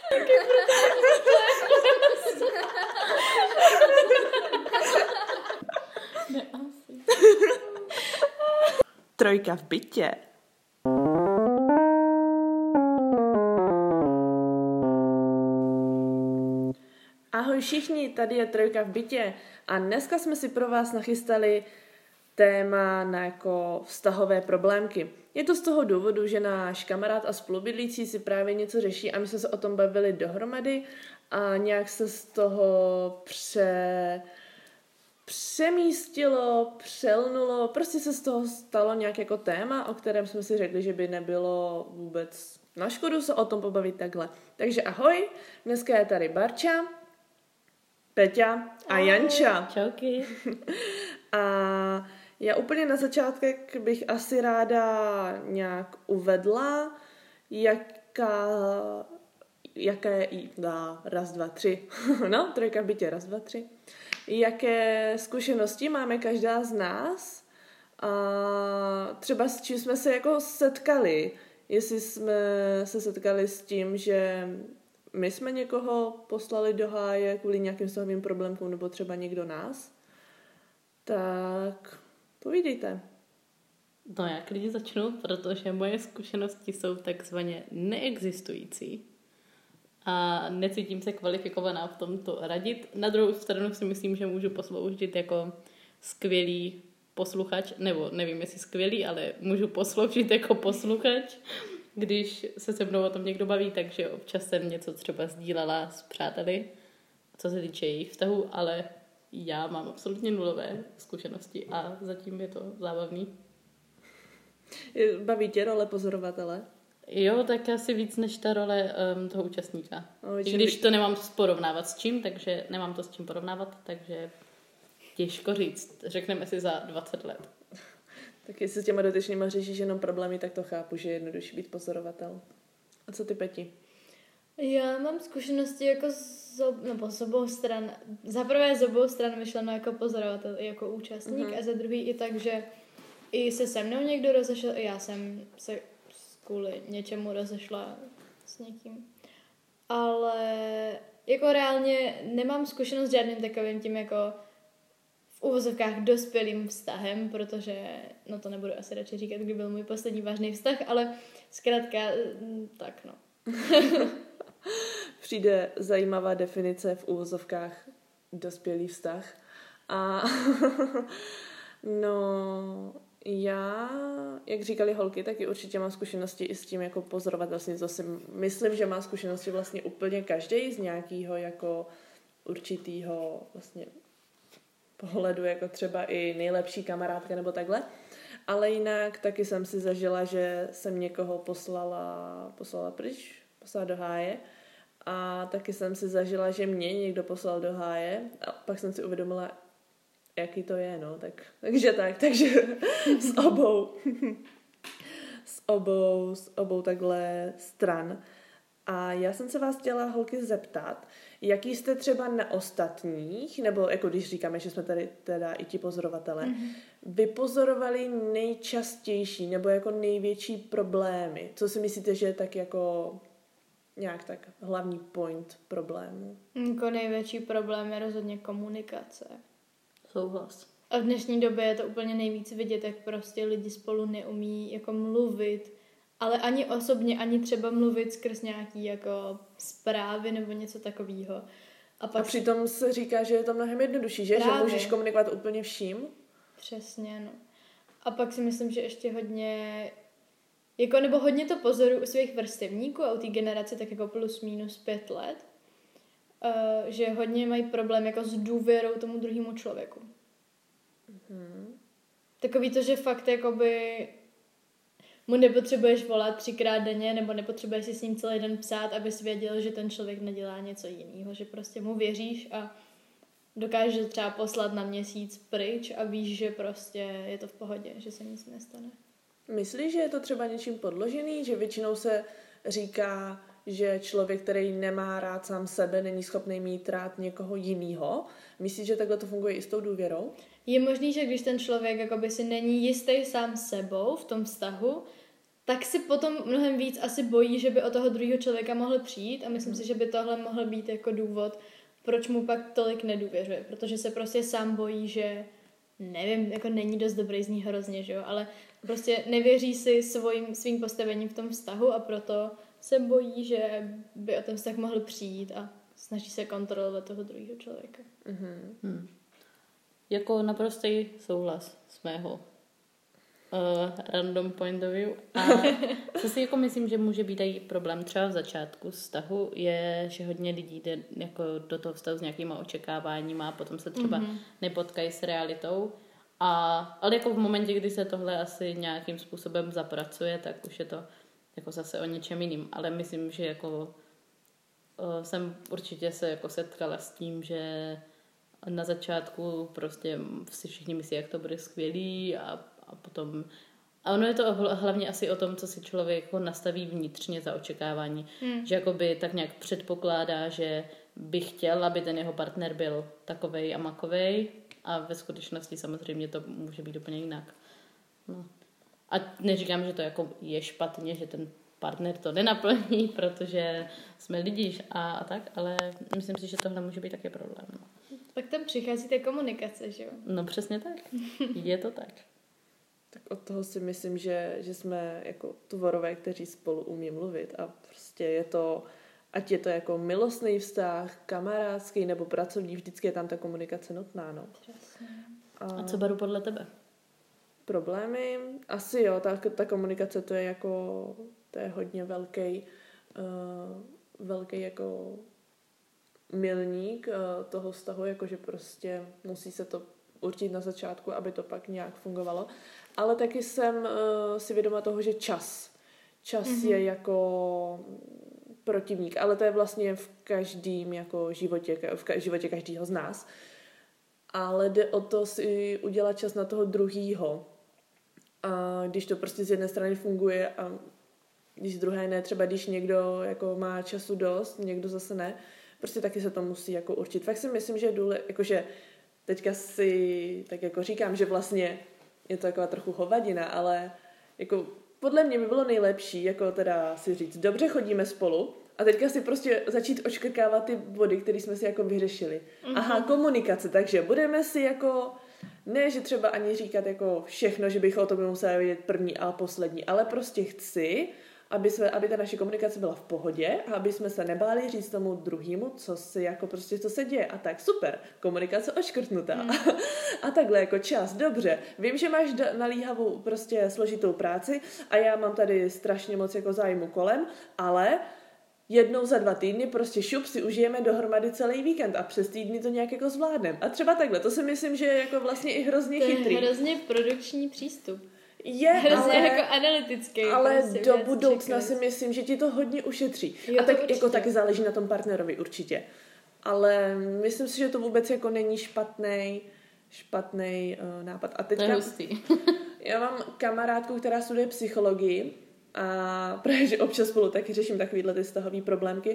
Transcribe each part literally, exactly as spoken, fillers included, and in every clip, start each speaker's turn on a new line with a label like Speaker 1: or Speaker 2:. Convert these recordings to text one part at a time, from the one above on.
Speaker 1: Ne, asi.
Speaker 2: Trojka v bytě. Ahoj všichni, tady je Trojka v bytě a dneska jsme si pro vás nachystali téma na jako vztahové problémky. Je to z toho důvodu, že náš kamarád a spolubydlící si právě něco řeší a my jsme se o tom bavili dohromady a nějak se z toho pře... přemístilo, přelnulo, prostě se z toho stalo nějak jako téma, o kterém jsme si řekli, že by nebylo vůbec na škodu se o tom pobavit takhle. Takže ahoj, dneska je tady Barča, Peťa a ahoj. Janča.
Speaker 1: Čauky.
Speaker 2: A já úplně na začátek bych asi ráda nějak uvedla, jaká, jaká je i dá, raz, dva, tři. No, trojka v bytě, raz, dva, tři. Jaké zkušenosti máme každá z nás a třeba s čím jsme se jako setkali. Jestli jsme se setkali s tím, že my jsme někoho poslali do háje kvůli nějakým vztahovým problémům nebo třeba někdo nás, tak povídejte.
Speaker 1: No já klidně začnu, protože moje zkušenosti jsou takzvaně neexistující. A necítím se kvalifikovaná v tomto radit. Na druhou stranu si myslím, že můžu posloužit jako skvělý posluchač, nebo nevím, jestli skvělý, ale můžu posloužit jako posluchač, když se se mnou o tom někdo baví, takže občas jsem něco třeba sdílela s přáteli, co se týče jejich vztahů, ale já mám absolutně nulové zkušenosti a zatím je to zábavný.
Speaker 2: Baví tě role pozorovatele?
Speaker 1: Jo, tak asi víc než ta role um, toho účastníka. O, I když to nemám porovnávat s čím, takže nemám to s čím porovnávat, takže těžko říct. Řekneme si za dvacet let.
Speaker 2: Tak jestli s těma dotyčnýma řešíš jenom problémy, tak to chápu, že je jednodušší být pozorovatel. A co ty, Peti?
Speaker 3: Já mám zkušenosti jako z, ob, no, z obou stran. Za prvé z obou stran myšleno jako pozorovatel i jako účastník uh-huh. a za druhý i tak, že i se se mnou někdo rozešel, i já jsem se kvůli něčemu rozešla s někým. Ale jako reálně nemám zkušenost s žádným takovým tím jako v uvozovkách dospělým vztahem, protože, no to nebudu asi radši říkat, kdy byl můj poslední vážný vztah, ale zkrátka, tak no.
Speaker 2: Přijde zajímavá definice v uvozovkách dospělý vztah. A no... Já, jak říkali holky, taky určitě mám zkušenosti i s tím jako pozorovatelstvím. To si myslím, že má zkušenosti vlastně úplně každý z nějakého jako určitýho vlastně pohledu, jako třeba i nejlepší kamarádka nebo takhle. Ale jinak taky jsem si zažila, že jsem někoho poslala, poslala pryč, poslala do háje. A taky jsem si zažila, že mě někdo poslal do háje. A pak jsem si uvědomila, jaký to je, no, tak, takže tak, takže s obou, s obou, s obou takhle stran. A já jsem se vás chtěla, holky, zeptat, jaký jste třeba na ostatních, nebo jako když říkáme, že jsme tady teda i ti pozorovatelé, mm-hmm. vypozorovali nejčastější nebo jako největší problémy. Co si myslíte, že je tak jako nějak tak hlavní point problému?
Speaker 3: Jako největší problém je rozhodně komunikace.
Speaker 1: Souhlas.
Speaker 3: A v dnešní době je to úplně nejvíc vidět, jak prostě lidi spolu neumí jako mluvit, ale ani osobně, ani třeba mluvit skrz nějaký jako zprávy nebo něco takového.
Speaker 2: A, pak a přitom se říká, že je to mnohem jednodušší, že? Že můžeš komunikovat úplně vším.
Speaker 3: Přesně, no. A pak si myslím, že ještě hodně, jako nebo hodně to pozoruju u svých vrstevníků a u té generace tak jako plus minus pět let, Uh, že hodně mají problém jako s důvěrou tomu druhému člověku. Mm-hmm. Takový to, že fakt jakoby mu nepotřebuješ volat třikrát denně nebo nepotřebuješ si s ním celý den psát, abys věděl, že ten člověk nedělá něco jiného, že prostě mu věříš a dokážeš třeba poslat na měsíc pryč a víš, že prostě je to v pohodě, že se nic nestane.
Speaker 2: Myslíš, že je to třeba něčím podložený, že většinou se říká, že člověk, který nemá rád sám sebe, není schopný mít rád někoho jinýho. Myslíš, že takhle to funguje i s tou důvěrou?
Speaker 3: Je možný, že když ten člověk jakoby si není jistý sám sebou v tom vztahu, tak si potom mnohem víc asi bojí, že by o toho druhého člověka mohl přijít a myslím si, že by tohle mohl být jako důvod, proč mu pak tolik nedůvěřuje, protože se prostě sám bojí, že nevím, jako není dost dobrý, zní hrozně, že jo, ale prostě nevěří si svým, svým postavením v tom vztahu a proto se bojí, že by o ten vztah mohl přijít a snaží se kontrolovat toho druhého člověka.
Speaker 2: Mm-hmm.
Speaker 1: Hmm. Jako naprostý souhlas z mého uh, random point of view. A co si jako myslím, že může být i problém třeba v začátku vztahu, je, že hodně lidí jde jako do toho vztahu s nějakýma očekáváníma a potom se třeba mm-hmm. nepotkají s realitou. A, ale jako v momentě, kdy se tohle asi nějakým způsobem zapracuje, tak už je to jako zase o něčem jiným. Ale myslím, že jako uh, jsem určitě se jako setkala s tím, že na začátku prostě si všichni myslí, jak to bude skvělý a, a potom... A ono je to hlavně asi o tom, co si člověk jako nastaví vnitřně za očekávání. Hmm. Že jakoby tak nějak předpokládá, že by chtěl, aby ten jeho partner byl takovej a makovej a ve skutečnosti samozřejmě to může být úplně jinak. No. A neříkám, že to jako je špatně, že ten partner to nenaplní, protože jsme lidi a, a tak, ale myslím si, že tohle může být taky problém. No.
Speaker 3: Tak tam přichází ta komunikace, že jo?
Speaker 1: No přesně tak. Je to tak.
Speaker 2: Tak od toho si myslím, že, že jsme jako tvorové, kteří spolu umí mluvit a prostě je to, ať je to jako milostný vztah, kamarádský nebo pracovní, vždycky je tam ta komunikace nutná, no.
Speaker 3: Přesně.
Speaker 1: A, a co beru podle tebe?
Speaker 2: Problémy? Asi jo, ta, ta komunikace to je jako, to je hodně velký, uh, velký jako milník uh, toho vztahu, jakože prostě musí se to určit na začátku, aby to pak nějak fungovalo. Ale taky jsem uh, si vědoma toho, že čas. Čas mm-hmm. je jako protivník, ale to je vlastně v každém jako životě, v ka- životě každého z nás. Ale jde o to si udělat čas na toho druhýho. A když to prostě z jedné strany funguje a když z druhé ne, třeba když někdo jako má času dost, někdo zase ne, prostě taky se to musí jako určit. Fakt si myslím, že je důležité, jakože teďka si tak jako říkám, že vlastně je to taková trochu hovadina, ale jako podle mě by bylo nejlepší, jako teda si říct, dobře, chodíme spolu a teďka si prostě začít očkrkávat ty body, které jsme si jako vyřešili. Mm-hmm. Aha, komunikace, takže budeme si jako, ne, že třeba ani říkat jako všechno, že bych o tom musela vědět první a poslední, ale prostě chci, aby, jsme, aby ta naše komunikace byla v pohodě a aby jsme se nebáli říct tomu druhému, co se jako prostě, co se děje. A tak super, komunikace oškrtnutá. Hmm. A takhle jako čas, dobře. Vím, že máš nalíhavou prostě složitou práci a já mám tady strašně moc jako zájmu kolem, ale jednou za dva týdny prostě šup si užijeme dohromady celý víkend a přes týdny to nějak jako zvládnem. A třeba takhle, to si myslím, že je jako vlastně i hrozně chytrý.
Speaker 3: To je hrozně produkční přístup.
Speaker 2: Je,
Speaker 3: hrozně
Speaker 2: ale,
Speaker 3: jako analytický.
Speaker 2: Ale prostě do budoucna si myslím, že ti to hodně ušetří.
Speaker 3: Jo,
Speaker 2: a tak
Speaker 3: určitě.
Speaker 2: jako taky záleží na tom partnerovi určitě. Ale myslím si, že to vůbec jako není špatný špatný uh, nápad. A teďka,
Speaker 1: to je hustý.
Speaker 2: Já mám kamarádku, která studuje psychologii a právě, že občas spolu taky řeším takovýhle ty vztahové problémky.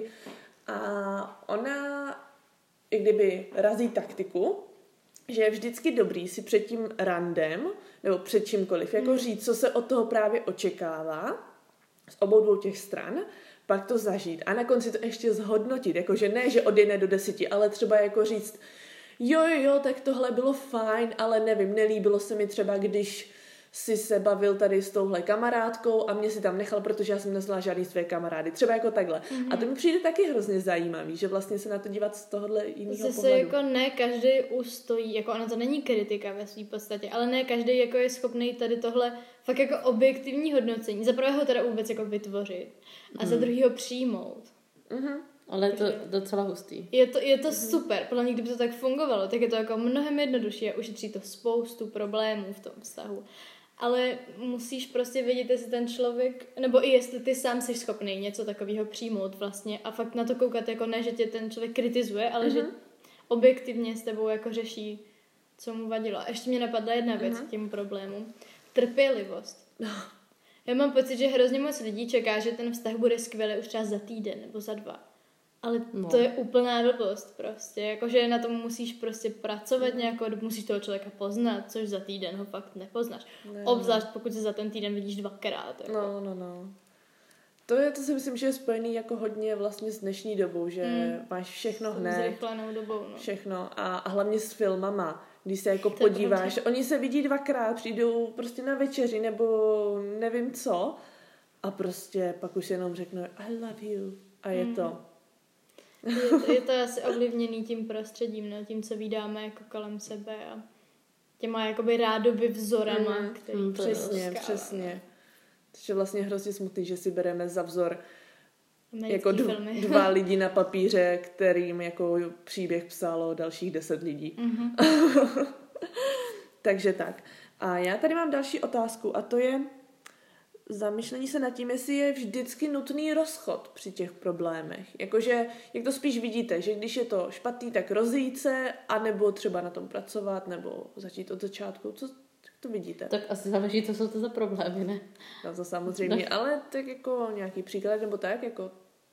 Speaker 2: A ona, i kdyby razí taktiku, že je vždycky dobrý si před tím randem nebo před čímkoliv jako mm. říct, co se od toho právě očekává z obou dvou těch stran, pak to zažít a na konci to ještě zhodnotit, jakože ne, že od jedné do deseti, ale třeba jako říct, jo, jo, jo, tak tohle bylo fajn, ale nevím, nelíbilo se mi třeba, když si se bavil tady s touhle kamarádkou a mě si tam nechal, protože já jsem neznala žádný své kamarády. Třeba jako takhle. Mm-hmm. A to mi přijde taky hrozně zajímavý, že vlastně se na to dívat z tohohle jiného
Speaker 3: Zase
Speaker 2: pohledu.
Speaker 3: jako ne každý ustojí, jako ono to není kritika ve své podstatě, ale ne každý jako je schopný tady tohle fakt jako objektivní hodnocení. Za prvé ho teda vůbec jako vytvořit a mm. za druhý ho přijmout.
Speaker 2: Mm-hmm.
Speaker 1: Ale je to docela hustý.
Speaker 3: Je to, je to mm-hmm. super, podle mě, kdyby to tak fungovalo, tak je to jako mnohem jednodušší a ušetří to spoustu problémů v tom vztahu. Ale musíš prostě vědět, jestli ten člověk, nebo i jestli ty sám jsi schopný něco takového přijmout vlastně a fakt na to koukat jako ne, že tě ten člověk kritizuje, ale mm-hmm. že objektivně s tebou jako řeší, co mu vadilo. A ještě mě napadla jedna věc mm-hmm. k těm problémům. Trpělivost. Já mám pocit, že hrozně moc lidí čeká, že ten vztah bude skvělý už třeba za týden nebo za dva. Ale
Speaker 1: No.
Speaker 3: to je úplná blbost prostě, jakože na tom musíš prostě pracovat nějakou dobu, musíš toho člověka poznat, což za týden ho fakt nepoznáš.
Speaker 2: Ne,
Speaker 3: Obzvlášť pokud se za ten týden vidíš dvakrát. Jako.
Speaker 2: No, no, no. To je, to si myslím, že je spojený jako hodně vlastně s dnešní dobou, že
Speaker 3: Mm.
Speaker 2: máš všechno
Speaker 3: S
Speaker 2: hned,
Speaker 3: zrychlenou dobou, no.
Speaker 2: všechno a, a hlavně s filmama. Když se jako
Speaker 3: To je
Speaker 2: podíváš,
Speaker 3: pravda.
Speaker 2: oni se vidí dvakrát, přijdou prostě na večeři nebo nevím co a prostě pak už jenom řeknou I love you a je
Speaker 3: Mm.
Speaker 2: to.
Speaker 3: Je to, je to asi ovlivněný tím prostředím, no, tím, co vydáme jako kolem sebe a těma jakoby rádoby vzorama,
Speaker 2: Mhm.
Speaker 3: který
Speaker 1: Mm,
Speaker 2: Přesně,
Speaker 3: získáváme.
Speaker 2: přesně. Takže vlastně hrozně smutný, že si bereme za vzor
Speaker 3: Americký
Speaker 2: jako d-
Speaker 3: filmy.
Speaker 2: dva lidi na papíře, kterým jako příběh psalo dalších deset lidí.
Speaker 3: Mhm.
Speaker 2: Takže tak. A já tady mám další otázku a to je zamyšlení se nad tím, jestli je vždycky nutný rozchod při těch problémech. Jakože, jak to spíš vidíte, že když je to špatný, tak rozejít se, anebo třeba na tom pracovat, nebo začít od začátku. Co jak to vidíte?
Speaker 1: Tak asi záleží, co jsou to za problémy, ne?
Speaker 2: No to samozřejmě, ale tak jako nějaký příklad, nebo tak, jako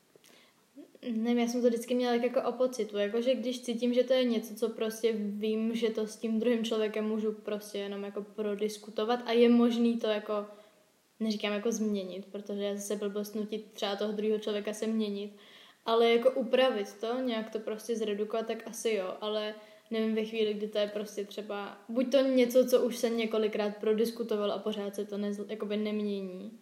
Speaker 3: Nevím, já jsem to vždycky měla tak jako o pocitu, jakože když cítím, že to je něco, co prostě vím, že to s tím druhým člověkem můžu prostě jenom jako prodiskutovat a je možný to jako, neříkám jako změnit, protože já zase blbost nutit třeba toho druhého člověka se měnit, ale jako upravit to, nějak to prostě zredukovat, tak asi jo, ale nevím ve chvíli, kdy to je prostě třeba, buď to něco, co už se několikrát prodiskutovalo a pořád se to nez, jakoby nemění,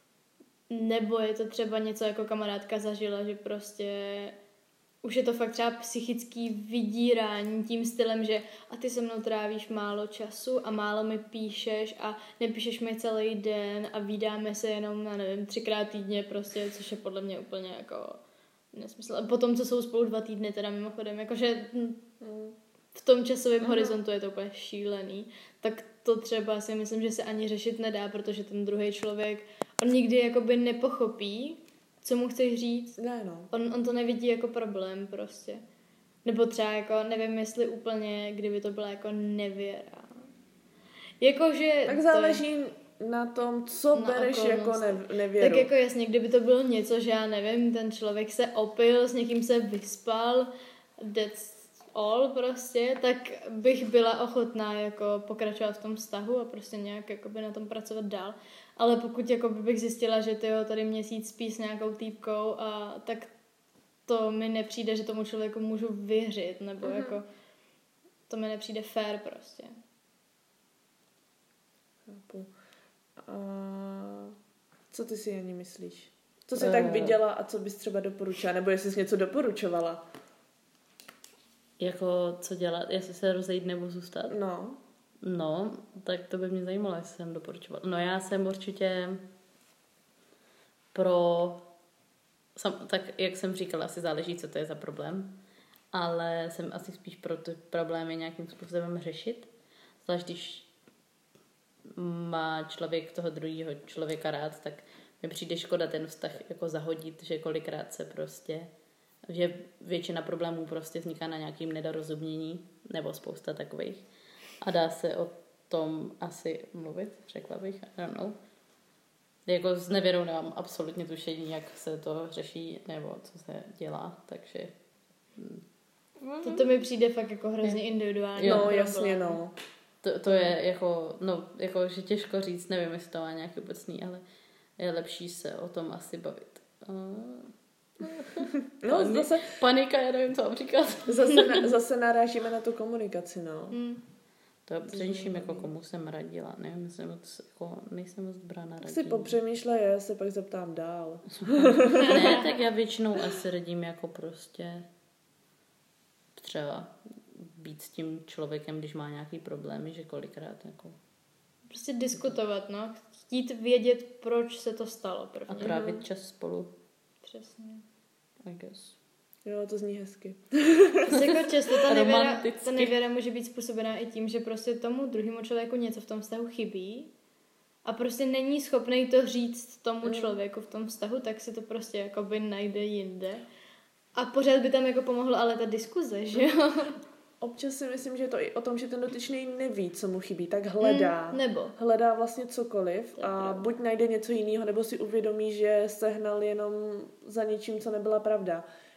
Speaker 3: nebo je to třeba něco, jako kamarádka zažila, že prostě už je to fakt třeba psychický vydírání tím stylem, že a ty se mnou trávíš málo času a málo mi píšeš a nepíšeš mi celý den a vídáme se jenom na, nevím, třikrát týdně prostě, což je podle mě úplně jako nesmysl. A potom, co jsou spolu dva týdny teda mimochodem, jakože hm, v tom časovém
Speaker 2: Aha.
Speaker 3: horizontu je to úplně šílený, tak to třeba si myslím, že se ani řešit nedá, protože ten druhý člověk, on nikdy jakoby nepochopí, co mu chceš říct.
Speaker 2: ne no.
Speaker 3: On, on to nevidí jako problém prostě. Nebo třeba jako, nevím, jestli úplně, kdyby to byla jako nevěra. Jakože...
Speaker 2: Tak
Speaker 3: to
Speaker 2: záleží na tom, co
Speaker 3: Na
Speaker 2: bereš
Speaker 3: okolnosti.
Speaker 2: jako ne, nevěru.
Speaker 3: Tak jako jasně, kdyby to bylo něco, že já nevím, ten člověk se opil, s někým se vyspal, that's all prostě, tak bych byla ochotná jako pokračovat v tom vztahu a prostě nějak jakoby na tom pracovat dál. Ale pokud jakoby bych zjistila, že tyjo, tady měsíc spí s nějakou týpkou a tak to mi nepřijde, že tomu člověku můžu věřit, nebo
Speaker 2: Mhm.
Speaker 3: jako to mi nepřijde fair prostě.
Speaker 2: Chápu. A co ty si ani myslíš? Co jsi
Speaker 1: Eh.
Speaker 2: tak viděla a co bys třeba doporučila? Nebo jestli jsi něco doporučovala?
Speaker 1: Jako, co dělat, jestli se rozejít nebo zůstat?
Speaker 2: No.
Speaker 1: No, tak to by mě zajímalo, jestli jsem doporučovala. No já jsem určitě pro, sam, tak jak jsem říkala, asi záleží, co to je za problém, ale jsem asi spíš pro ty problémy nějakým způsobem řešit, zvlášť když má člověk toho druhého člověka rád, tak mi přijde škoda ten vztah jako zahodit, že kolikrát se prostě, že většina problémů prostě vzniká na nějakým nedorozumění, nebo spousta takových. A dá se o tom asi mluvit, řekla bych, I don't know. Jako s nevěrou nemám absolutně tušení, jak se to řeší, nebo co se dělá, takže...
Speaker 3: To, to mi přijde fakt jako hrozně individuální.
Speaker 1: Jo,
Speaker 2: No,
Speaker 3: problém.
Speaker 2: jasně, no.
Speaker 1: To, to je jako, no, jako, že těžko říct, nevím, jestli to má nějaký obecný, ale je lepší se o tom asi bavit. Uh,
Speaker 2: No,
Speaker 1: Pani-
Speaker 2: zase,
Speaker 1: Panika, já nevím, co mám říkat.
Speaker 2: zase, na, zase narážíme na tu komunikaci, no.
Speaker 3: Mm.
Speaker 1: To především jako komu jsem radila, nevím, jestli moc, jako, nejsem moc dobrá na
Speaker 2: Tak
Speaker 1: radí.
Speaker 2: si popřemýšlej, já se pak zeptám dál.
Speaker 1: Ne, tak já většinou asi radím jako prostě třeba být s tím člověkem, když má nějaký problémy, že kolikrát jako
Speaker 3: Prostě diskutovat, no. Chtít vědět, proč se to stalo
Speaker 1: a
Speaker 3: prvně.
Speaker 1: trávit čas spolu,
Speaker 3: Přesně.
Speaker 1: I guess.
Speaker 2: Jo, to zní hezky.
Speaker 3: Prostě jako často ta nevěra,
Speaker 1: Romanticky.
Speaker 3: ta nevěra může být způsobená i tím, že prostě tomu druhému člověku něco v tom vztahu chybí a prostě není schopný to říct tomu
Speaker 2: Mm.
Speaker 3: člověku v tom vztahu, tak si to prostě jakoby najde jinde. A pořád by tam jako pomohlo ale ta diskuze, že jo?
Speaker 2: Občas si myslím, že je to i o tom, že ten dotyčný neví, co mu chybí, tak hledá.
Speaker 3: Mm, nebo.
Speaker 2: Hledá vlastně cokoliv
Speaker 3: To je
Speaker 2: a
Speaker 3: pravda.
Speaker 2: buď najde něco jiného, nebo si uvědomí, že sehnal jenom za něčím, co nebyla pravda.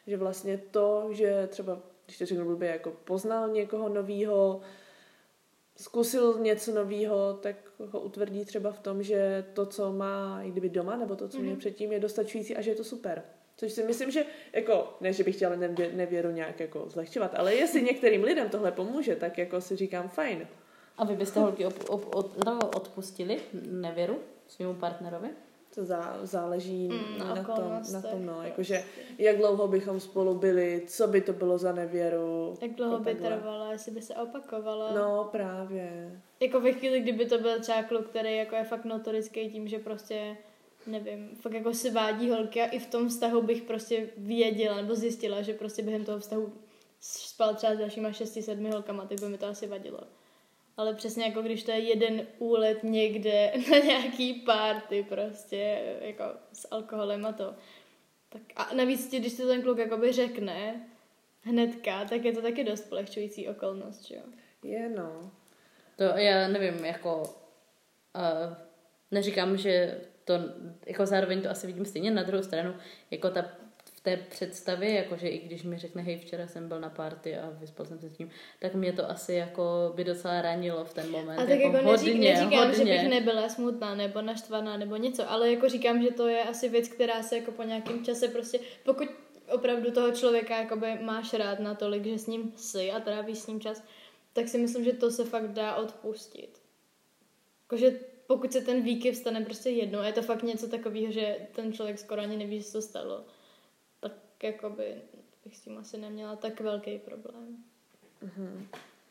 Speaker 2: Že vlastně to, že třeba, když to řeknu blbě, jako poznal někoho novýho, zkusil něco novýho, tak ho utvrdí třeba v tom, že to, co má i kdyby doma, nebo to, co měl mm-hmm. předtím, je dostačující a že je to super. Což si myslím, že jako, ne, že bych chtěla nevě, nevěru nějak jako zlehčovat, ale jestli některým lidem tohle pomůže, tak jako si říkám fajn.
Speaker 1: A vy byste holky op, op, od, odpustili nevěru svému partnerovi?
Speaker 2: To zá, záleží
Speaker 3: mm,
Speaker 2: na,
Speaker 3: na,
Speaker 2: tom, na tom, no. Jakože, jak dlouho bychom spolu byli, co by to bylo za nevěru.
Speaker 3: Jak dlouho by trvala, jestli by se opakovala.
Speaker 2: No, právě.
Speaker 3: Jako ve chvíli, kdyby to byl třeba kluk, který jako je fakt notorický tím, že prostě, nevím, fakt jako si vádí holky a i v tom vztahu bych prostě věděla nebo zjistila, že prostě během toho vztahu spal třeba s dalšíma šesti, sedmi holkama, tak by mi to asi vadilo. Ale přesně jako když to je jeden úlet někde na nějaký party prostě, jako s alkoholem a to. Tak a navíc, když to ten kluk jakoby řekne hnedka, tak je to taky dost polehčující okolnost, že jo?
Speaker 2: Je, no.
Speaker 1: To já nevím, jako uh, neříkám, že to, jako zároveň to asi vidím stejně na druhou stranu, jako ta v té představě, jakože i když mi řekne, hej, včera jsem byl na party a vyspal jsem se s tím, tak mě to asi jako by docela ranilo v ten moment.
Speaker 3: A tak jako,
Speaker 1: jako
Speaker 3: neřík,
Speaker 1: hodně,
Speaker 3: neříkám,
Speaker 1: hodně.
Speaker 3: že bych nebyla smutná nebo naštvaná nebo něco, ale jako říkám, že to je asi věc, která se jako po nějakém čase prostě, pokud opravdu toho člověka jakoby máš rád natolik, že s ním jsi a trávíš s ním čas, tak si myslím, že to se fakt dá odpustit. Jakože pokud se ten výkyv stane prostě jednou a je to fakt něco takového, že ten člověk skoro ani neví, že to stalo, tak jakoby bych s tím asi neměla tak velký problém.
Speaker 2: Uh-huh.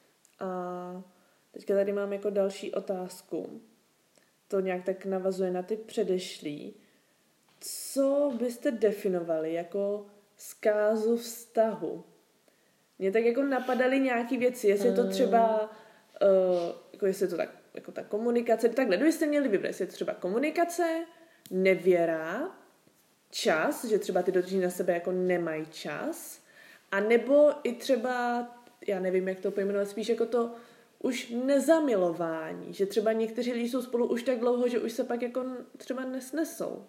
Speaker 2: A teďka tady mám jako další otázku. To nějak tak navazuje na ty předešlý. Co byste definovali jako zkázu vztahu? Mně tak jako napadaly nějaký věci, jestli to třeba, uh, jako jestli to tak, jako ta komunikace, takhle, kdybyste měli vybrat, jestli je to třeba komunikace, nevěra, čas, že třeba ty dotyční na sebe jako nemají čas, a nebo i třeba, já nevím, jak to pojmenovat, spíš jako to už nezamilování, že třeba někteří lidi jsou spolu už tak dlouho, že už se pak jako třeba nesnesou.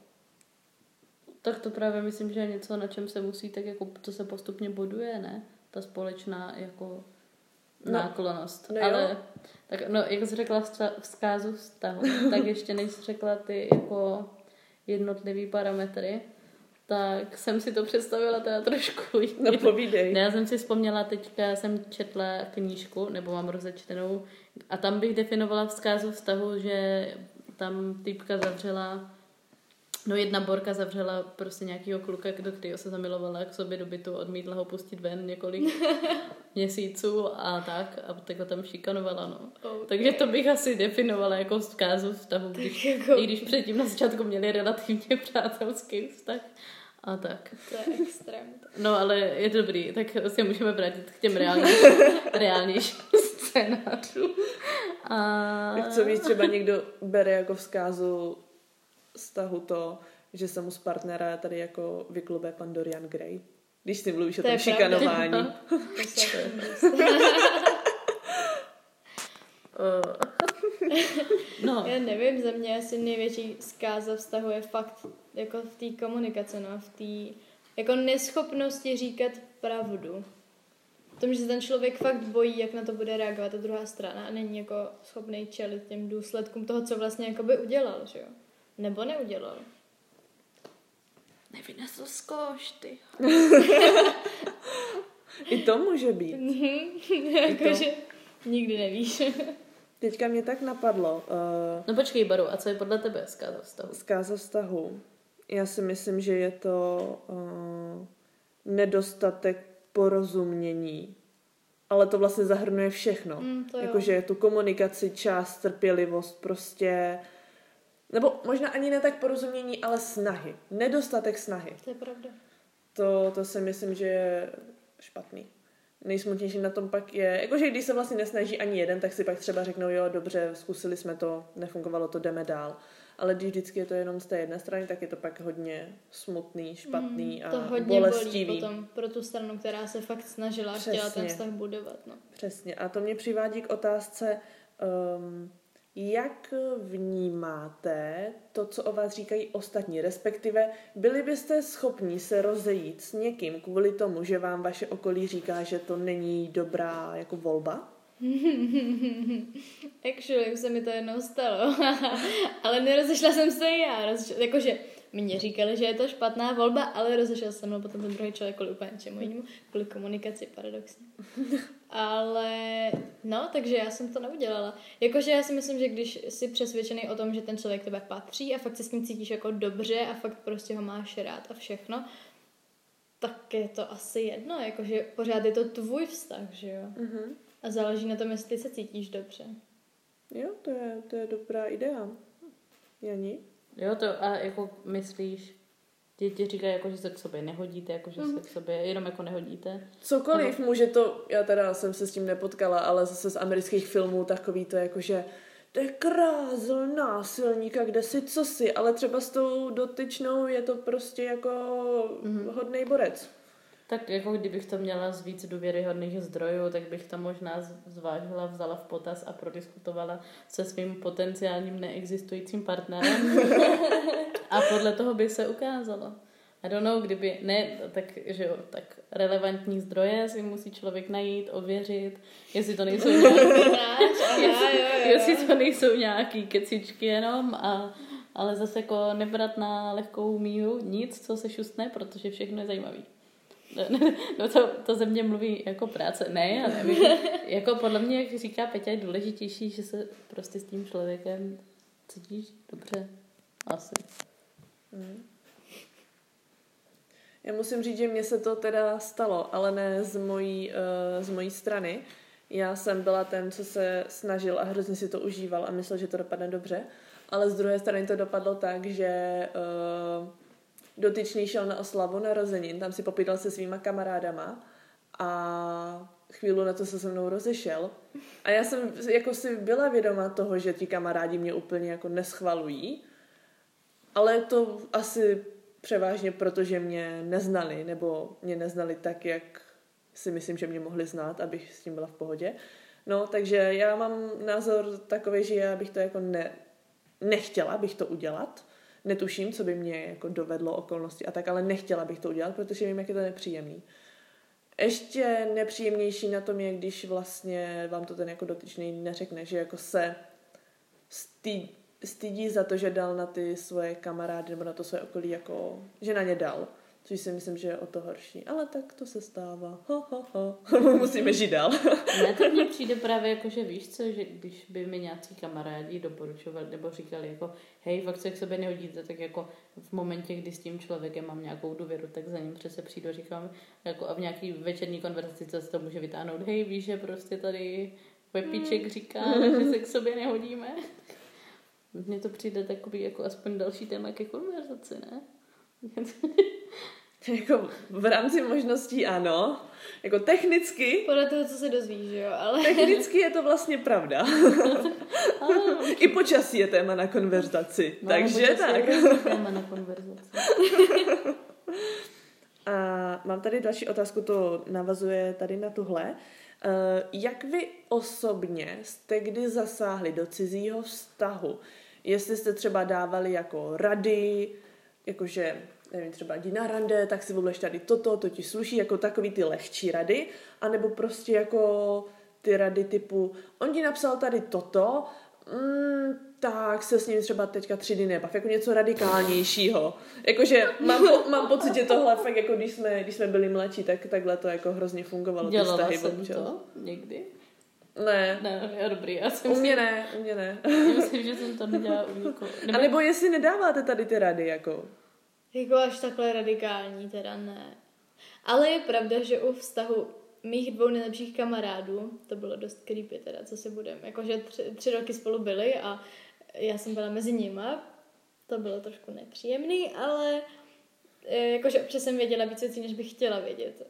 Speaker 1: Tak to právě myslím, že je něco, na čem se musí, tak jako to se postupně boduje, ne? Ta společná jako
Speaker 2: no.
Speaker 1: náklonost.
Speaker 2: No
Speaker 1: ale tak, no, jak jsi řekla vzkázu vztahu, tak ještě než jsi řekla ty jako jednotlivý parametry, tak jsem si to představila teda trošku.
Speaker 2: No povídej.
Speaker 1: Ne, já jsem si vzpomněla, teďka jsem četla knížku, nebo mám rozečtenou, a tam bych definovala vzkázu vztahu, že tam týpka zavřela, no jedna borka zavřela prostě nějakýho kluka, do kterého se zamilovala k sobě do bytu, odmítla ho pustit ven několik měsíců a tak, a tak ho tam šikanovala, no. Okay. Takže to bych asi definovala jako vzkázu vztahu, když, jako... i když předtím na začátku měli relativně přátelský vztah a tak.
Speaker 3: To je extrém.
Speaker 1: No ale je dobrý, tak si můžeme vrátit k těm reálnějším, reálnějším scénářům. A...
Speaker 2: Tak co víš, třeba někdo bere jako vzkázu vztahu to, že se mu z partnera tady jako vyklube pan Dorian Gray. Když si mluvíš o tom šikanování.
Speaker 3: No. Já nevím, za mě asi největší zkáza vztahu je fakt jako v té komunikaci, no, v té jako neschopnosti říkat pravdu. V tom, že se ten člověk fakt bojí, jak na to bude reagovat ta druhá strana a není jako schopný čelit těm důsledkům toho, co vlastně jakoby udělal, že jo? Nebo neudělal.
Speaker 1: Nevynesl zkoš, ty.
Speaker 2: I to může být.
Speaker 3: Jakože nikdy nevíš.
Speaker 2: Teďka mě tak napadlo. Uh,
Speaker 1: no počkej, Baru, a co je podle tebe zkáza vztahu?
Speaker 2: Zkáza vztahu. Já si myslím, že je to uh, nedostatek porozumění. Ale to vlastně zahrnuje všechno.
Speaker 3: Mm,
Speaker 2: Jakože tu komunikaci, čas, trpělivost, prostě... Nebo možná ani ne tak porozumění, ale snahy. Nedostatek snahy.
Speaker 3: To je pravda.
Speaker 2: To, to si myslím, že je špatný. Nejsmutnější na tom pak je, jakože když se vlastně nesnaží ani jeden, tak si pak třeba řeknou, jo, dobře, zkusili jsme to, nefungovalo to, jdeme dál. Ale když vždycky je to jenom z té jedné strany, tak je to pak hodně smutný, špatný mm, a bolestivý. To hodně bolestivý.
Speaker 3: Bolí potom pro tu stranu, která se fakt snažila a chtěla ten vztah budovat. No.
Speaker 2: Přesně. A to mě přivádí k otázce, um, Jak vnímáte to, co o vás říkají ostatní, respektive byli byste schopni se rozejít s někým kvůli tomu, že vám vaše okolí říká, že to není dobrá jako volba?
Speaker 3: Actually, už se mi to jednou stalo, ale nerozešla jsem se já, rozešla, jakože mě říkali, že je to špatná volba, ale rozešel se mnou potom ten druhý člověk kvůli úplně čemu jinému, kvůli komunikaci paradoxně. Ale no, takže já jsem to neudělala. Jakože já si myslím, že když jsi přesvědčený o tom, že ten člověk tebe patří a fakt se s ním cítíš jako dobře a fakt prostě ho máš rád a všechno, tak je to asi jedno, jakože pořád je to tvůj vztah, že jo?
Speaker 2: Mm-hmm.
Speaker 3: A záleží na tom, jestli se cítíš dobře.
Speaker 2: Jo, to je, to je dobrá idea. Jani?
Speaker 1: Jo, to a jako myslíš, děti říkají, jako, že se k sobě nehodíte, jako, že mm. se k sobě jenom jako nehodíte.
Speaker 2: Cokoliv no. Může to, já teda jsem se s tím nepotkala, ale zase z amerických filmů takový to jako, že to je krázl násilníka, kde si, co si, ale třeba s tou dotyčnou je to prostě jako mm. hodnej borec.
Speaker 1: Tak jako kdybych to měla z víc důvěryhodných zdrojů, tak bych to možná zvážila, vzala v potaz a prodiskutovala se svým potenciálním neexistujícím partnerem. A podle toho by se ukázalo. I don't know, kdyby, ne, tak, že jo, tak relevantní zdroje si musí člověk najít, ověřit, jestli to nejsou nějaký, jestli, jestli to nejsou nějaký kecičky jenom, a, ale zase jako nebrat na lehkou míru nic, co se šustne, protože všechno je zajímavý. No to, to ze mě mluví jako práce. Ne, já nevím. Jako podle mě, jak říká Peťa, je důležitější, že se prostě s tím člověkem cítíš dobře. Asi.
Speaker 2: Hmm. Já musím říct, že mně se to teda stalo, ale ne z mojí, uh, z mojí strany. Já jsem byla ten, co se snažil a hrozně si to užíval a myslel, že to dopadne dobře. Ale z druhé strany to dopadlo tak, že uh, dotyčný šel na oslavu narozenin, tam si popídal se svýma kamarádama a chvíli na to se se mnou rozešel. A já jsem jako si byla vědoma toho, že ti kamarádi mě úplně jako neschvalují, ale to asi převážně proto, že mě neznali, nebo mě neznali tak, jak si myslím, že mě mohli znát, abych s tím byla v pohodě. No, takže já mám názor takový, že já bych to jako ne, nechtěla bych to udělat. Netuším, co by mě jako dovedlo okolnosti a tak, ale nechtěla bych to udělat, protože vím, jak je to nepříjemný. Ještě nepříjemnější na tom je, když vlastně vám to ten jako dotyčný neřekne, že jako se stý, stydí za to, že dal na ty svoje kamarády nebo na to své okolí, jako, že na ně dal. Což si myslím, že je o to horší. Ale tak to se stává. Ho, ho, ho. Musíme žít dál.
Speaker 1: Ne, to mně přijde právě jako, že víš co, že když by mi nějací kamarádi doporučovali nebo říkali jako hej, fakt se k sobě nehodíte, tak jako v momentě, kdy s tím člověkem mám nějakou důvěru, tak za ním přece přijdu a říkám, jako a v nějaký večerní konverzaci se to může vytáhnout, hej, víš, že prostě tady Pepíček říká, že se k sobě nehodíme. Mně to přijde takový jako aspoň další téma ke konverzaci, ne?
Speaker 2: Jako v rámci možností ano, jako technicky.
Speaker 3: Podle toho, co se dozvíš, že jo, ale...
Speaker 2: Technicky je to vlastně pravda. I počasí je téma na konverzaci, no, takže tak.
Speaker 1: Je téma na konverzaci.
Speaker 2: A mám tady další otázku, to navazuje tady na tuhle. Jak vy osobně jste kdy zasáhli do cizího vztahu? Jestli jste třeba dávali jako rady, jakože, nevím, třeba jdi na rande, tak si vůbec tady toto, to ti sluší, jako takový ty lehčí rady, anebo prostě jako ty rady typu, on ti napsal tady toto, mm, tak se s ním třeba teďka tři dny nebav, jako něco radikálnějšího. Jakože mám, po, mám pocit, že tohle fakt, jako když jsme, když jsme byli mladší, tak takhle to jako hrozně fungovalo.
Speaker 1: Dělala jsem to někdy?
Speaker 2: Ne.
Speaker 1: Ne, je dobrý. Já jsem
Speaker 2: u mě
Speaker 1: si...
Speaker 2: ne, u mě ne.
Speaker 1: Já myslím, že jsem to nedělala u nikoho.
Speaker 2: Nebo... A nebo jestli nedáváte tady ty rady, jako...
Speaker 3: Jako až takhle radikální, teda ne. Ale je pravda, že u vztahu mých dvou nejlepších kamarádů, to bylo dost creepy teda, co si budem, jakože tři, tři roky spolu byli a já jsem byla mezi nima, to bylo trošku nepříjemný, ale jakože občas jsem věděla víc věcí, než bych chtěla vědět.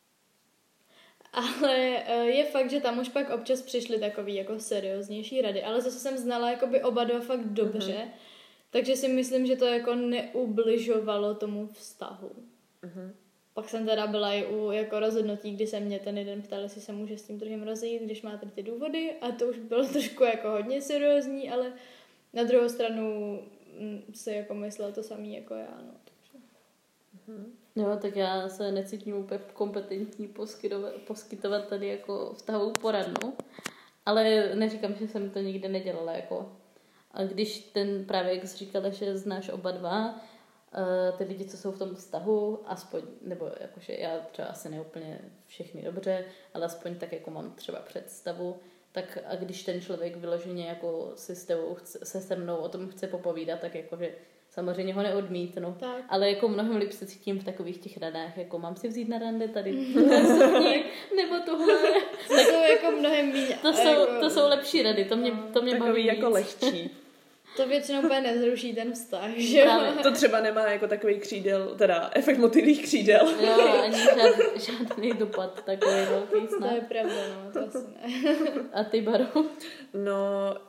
Speaker 3: Ale je fakt, že tam už pak občas přišly takový jako serióznější rady, ale zase jsem znala jakoby oba dva fakt dobře, uh-huh. takže si myslím, že to jako neubližovalo tomu vztahu.
Speaker 2: Uh-huh.
Speaker 3: Pak jsem teda byla i u jako rozhodnutí, kdy se mě ten jeden ptal, jestli se může s tím druhým rozejít, když má tady ty důvody, a to už bylo trošku jako hodně seriózní, ale na druhou stranu si jako myslel to samý jako já, no. Takže.
Speaker 1: Mhm. Jo, tak já se necítím úplně kompetentní poskytovat, poskytovat tady jako vztahovou poradnu, ale neříkám, že jsem to nikdy nedělala, jako. A když ten právě, jak jsi říkala, že znáš oba dva, ty lidi, co jsou v tom vztahu, aspoň, nebo jakože já třeba asi neúplně všechny dobře, ale aspoň tak jako mám třeba představu, tak a když ten člověk vyloženě jako si s tebou chce, se se mnou o tom chce popovídat, tak jakože samozřejmě ho neodmítnu,
Speaker 3: tak.
Speaker 1: Ale jako mnohem líp se cítím v takových těch radách, jako mám si vzít na rande tady sukni, nebo tohle.
Speaker 3: To jsou jako mnohem míň.
Speaker 1: To jsou,
Speaker 3: jako,
Speaker 1: to jsou lepší rady, to mě, to mě
Speaker 2: takový
Speaker 1: baví
Speaker 2: jako
Speaker 1: víc.
Speaker 2: lehčí.
Speaker 3: To většinou úplně nezruší ten vztah, že jo?
Speaker 2: To třeba nemá jako takový křídel, teda efekt motýlých křídel.
Speaker 1: Jo, ani žádný, žádný dopad takový velký snad.
Speaker 3: To je pravda, no, to asi ne.
Speaker 1: A ty, Baru?
Speaker 2: No,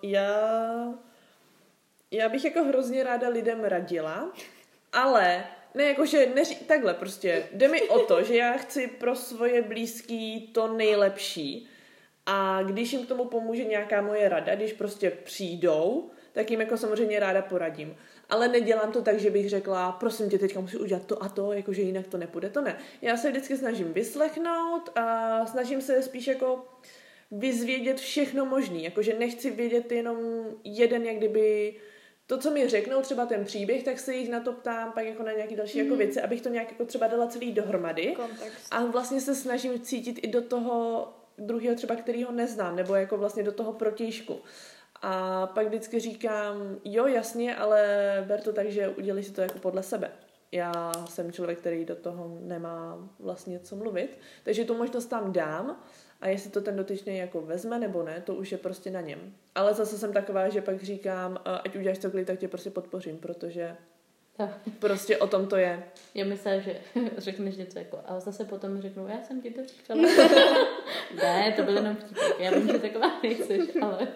Speaker 2: já... Já bych jako hrozně ráda lidem radila, ale ne jakože, neří, takhle prostě, jde mi o to, že já chci pro svoje blízký to nejlepší a když jim k tomu pomůže nějaká moje rada, když prostě přijdou, tak jim jako samozřejmě ráda poradím. Ale nedělám to tak, že bych řekla, prosím tě, teďka musíš udělat to a to, jakože jinak to nepůjde, to ne. Já se vždycky snažím vyslechnout a snažím se spíš jako vyzvědět všechno možný, jakože nechci vědět jenom jeden, jak kdyby to, co mi řeknou, třeba ten příběh, tak se jich na to ptám, pak jako na nějaké další mm. jako věci, abych to nějak jako třeba dala celý dohromady.
Speaker 3: Kontext.
Speaker 2: A vlastně se snažím cítit i do toho druhého třeba, kterýho neznám, nebo jako vlastně do toho protějšku. A pak vždycky říkám, jo, jasně, ale ber to tak, že udělej si to jako podle sebe. Já jsem člověk, který do toho nemá vlastně co mluvit, takže tu možnost tam dám a jestli to ten dotyčný jako vezme nebo ne, to už je prostě na něm. Ale zase jsem taková, že pak říkám, ať uděláš cokoliv, tak tě prostě podpořím, protože prostě o tom to je.
Speaker 1: Já myslím, že řekneš něco jako, a zase potom řeknu, já jsem ti to říkala. Ne, to byl jenom vtipek, já vím, že taková nejseš, ale,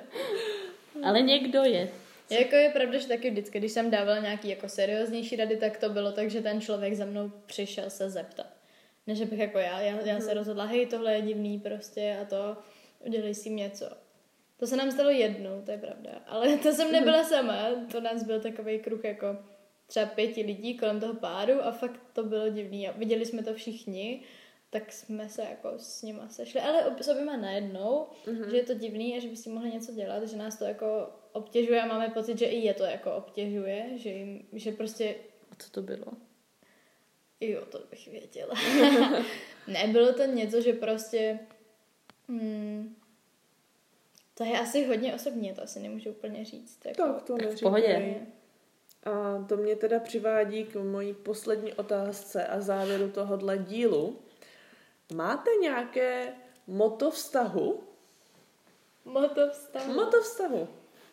Speaker 1: ale někdo je.
Speaker 3: Jako je pravda, že taky vždycky, když jsem dávala nějaký jako serióznější rady, tak to bylo tak, že ten člověk za mnou přišel se zeptat. Ne, že bych jako já, já, já se rozhodla, hej, tohle je divný prostě a to, udělej si něco. To se nám stalo jednou, to je pravda. Ale to jsem nebyla sama, to nás byl takový kruh jako třeba pěti lidí kolem toho páru a fakt to bylo divný. A viděli jsme to všichni, tak jsme se jako s nima sešli, ale s oběma najednou, mm-hmm. že je to divný a že by si mohli něco dělat, že nás to jako obtěžuje a máme pocit, že i je to jako obtěžuje, že, jim, že prostě...
Speaker 1: A co to bylo?
Speaker 3: Jo, to bych věděla. Ne, bylo to něco, že prostě... Hmm, to je asi hodně osobní, to asi nemůžu úplně říct. Jako,
Speaker 2: tak to
Speaker 1: tak v pohodě.
Speaker 2: A to mě teda přivádí k mojí poslední otázce a závěru tohohle dílu. Máte nějaké motto vztahu?
Speaker 3: Motto vztahu?
Speaker 2: Motto vztahu.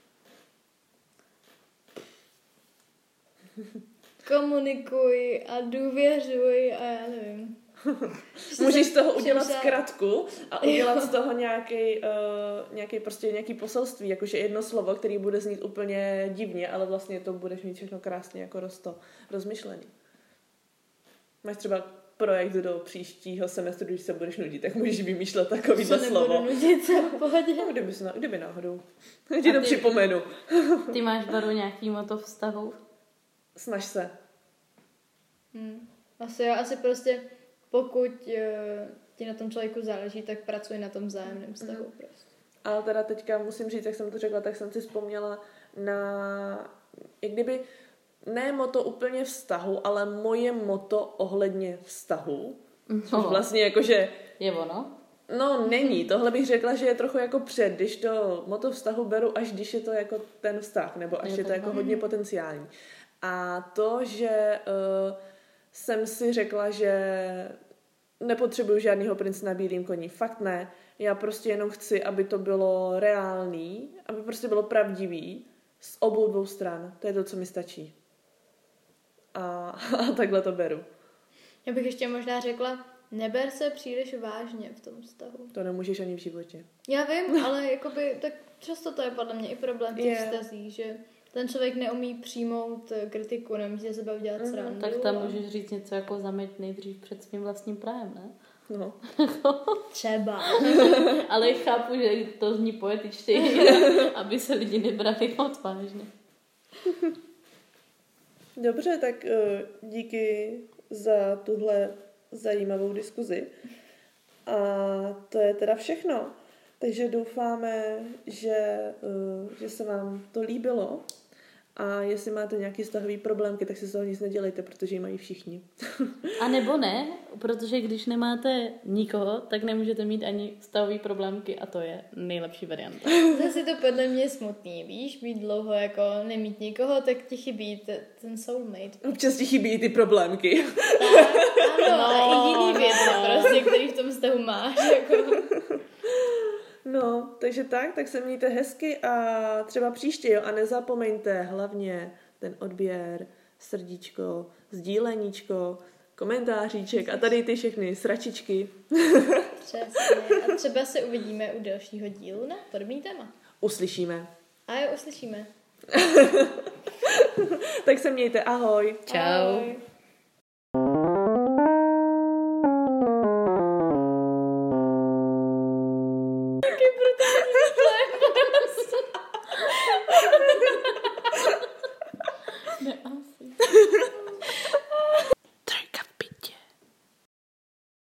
Speaker 3: Komunikuj a důvěřuj a já nevím.
Speaker 2: Můžeš z toho udělat zkratku a udělat z toho nějaký, uh, nějaký prostě nějaký poselství, jakože jedno slovo, který bude znít úplně divně, ale vlastně to budeš mít všechno krásně jako rosto, rozmyšlený. Máš třeba projekt do příštího semestru, když se budeš nudit, tak můžeš vymýšlet takovýhle slovo.
Speaker 3: Se nebudu nudit, se v pohodě.
Speaker 2: No, kdyby, se, kdyby náhodou. Já ti to připomenu.
Speaker 1: Ty máš, Baru, nějaký motto vztahu?
Speaker 2: Snaž se.
Speaker 3: Hmm. Asi jo, asi prostě pokud uh, ti na tom člověku záleží, tak pracuj na tom vzájemném vztahu. Mm. Prostě.
Speaker 2: Ale teda teďka musím říct, jak jsem to řekla, tak jsem si vzpomněla na, jak kdyby, ne motto úplně vztahu, ale moje motto ohledně vztahu. No. Což vlastně jakože...
Speaker 1: Je ono?
Speaker 2: No, není. Tohle bych řekla, že je trochu jako před, když to motto vztahu beru, až když je to jako ten vztah, nebo až je, je to jako hodně potenciální. A to, že uh, jsem si řekla, že nepotřebuju žádného prince na bílým koni. Fakt ne. Já prostě jenom chci, aby to bylo reálný, aby prostě bylo pravdivý z obou dvou stran. To je to, co mi stačí. A, a takhle to beru.
Speaker 3: Já bych ještě možná řekla, neber se příliš vážně v tom vztahu.
Speaker 2: To nemůžeš ani v životě.
Speaker 3: Já vím, ale jakoby, tak často to je podle mě i problém v těch vztazích, že ten člověk neumí přijmout kritiku, neumí se sebe udělat
Speaker 2: Mhm.
Speaker 3: srandu.
Speaker 1: Tak tam
Speaker 3: a-
Speaker 1: můžeš říct něco jako zameť nejdřív před svým vlastním prajem, ne?
Speaker 2: No.
Speaker 3: Třeba.
Speaker 1: Ale chápu, že to zní poetičtěji, aby se lidi nebrali moc vážně.
Speaker 2: Dobře, tak eh, díky za tuhle zajímavou diskuzi. A to je teda všechno. Takže doufáme, že, eh, že se vám to líbilo. A jestli máte nějaký vztahový problémky, tak si z toho nic nedělejte, protože ji mají všichni.
Speaker 1: A nebo ne, protože když nemáte nikoho, tak nemůžete mít ani stavové problémky a to je nejlepší varianta.
Speaker 3: Zase to podle mě je smutný, víš, být dlouho jako nemít nikoho, tak ti chybí t- ten soulmate.
Speaker 2: Občas ti chybí i ty problémky.
Speaker 3: Tak, ano,
Speaker 1: No,
Speaker 3: a i jiný
Speaker 1: no,
Speaker 3: věci
Speaker 1: no.
Speaker 3: prostě, který v tom vztahu máš, jako.
Speaker 2: No, takže tak, tak se mějte hezky a třeba příště, jo. A nezapomeňte hlavně ten odběr, srdíčko, sdíleníčko, komentáříček a tady ty všechny sračičky.
Speaker 3: Přesně. A třeba se uvidíme u dalšího dílu na podobný téma.
Speaker 2: Uslyšíme.
Speaker 3: A jo, uslyšíme.
Speaker 2: Tak se mějte, ahoj.
Speaker 1: Čau.
Speaker 3: Ahoj.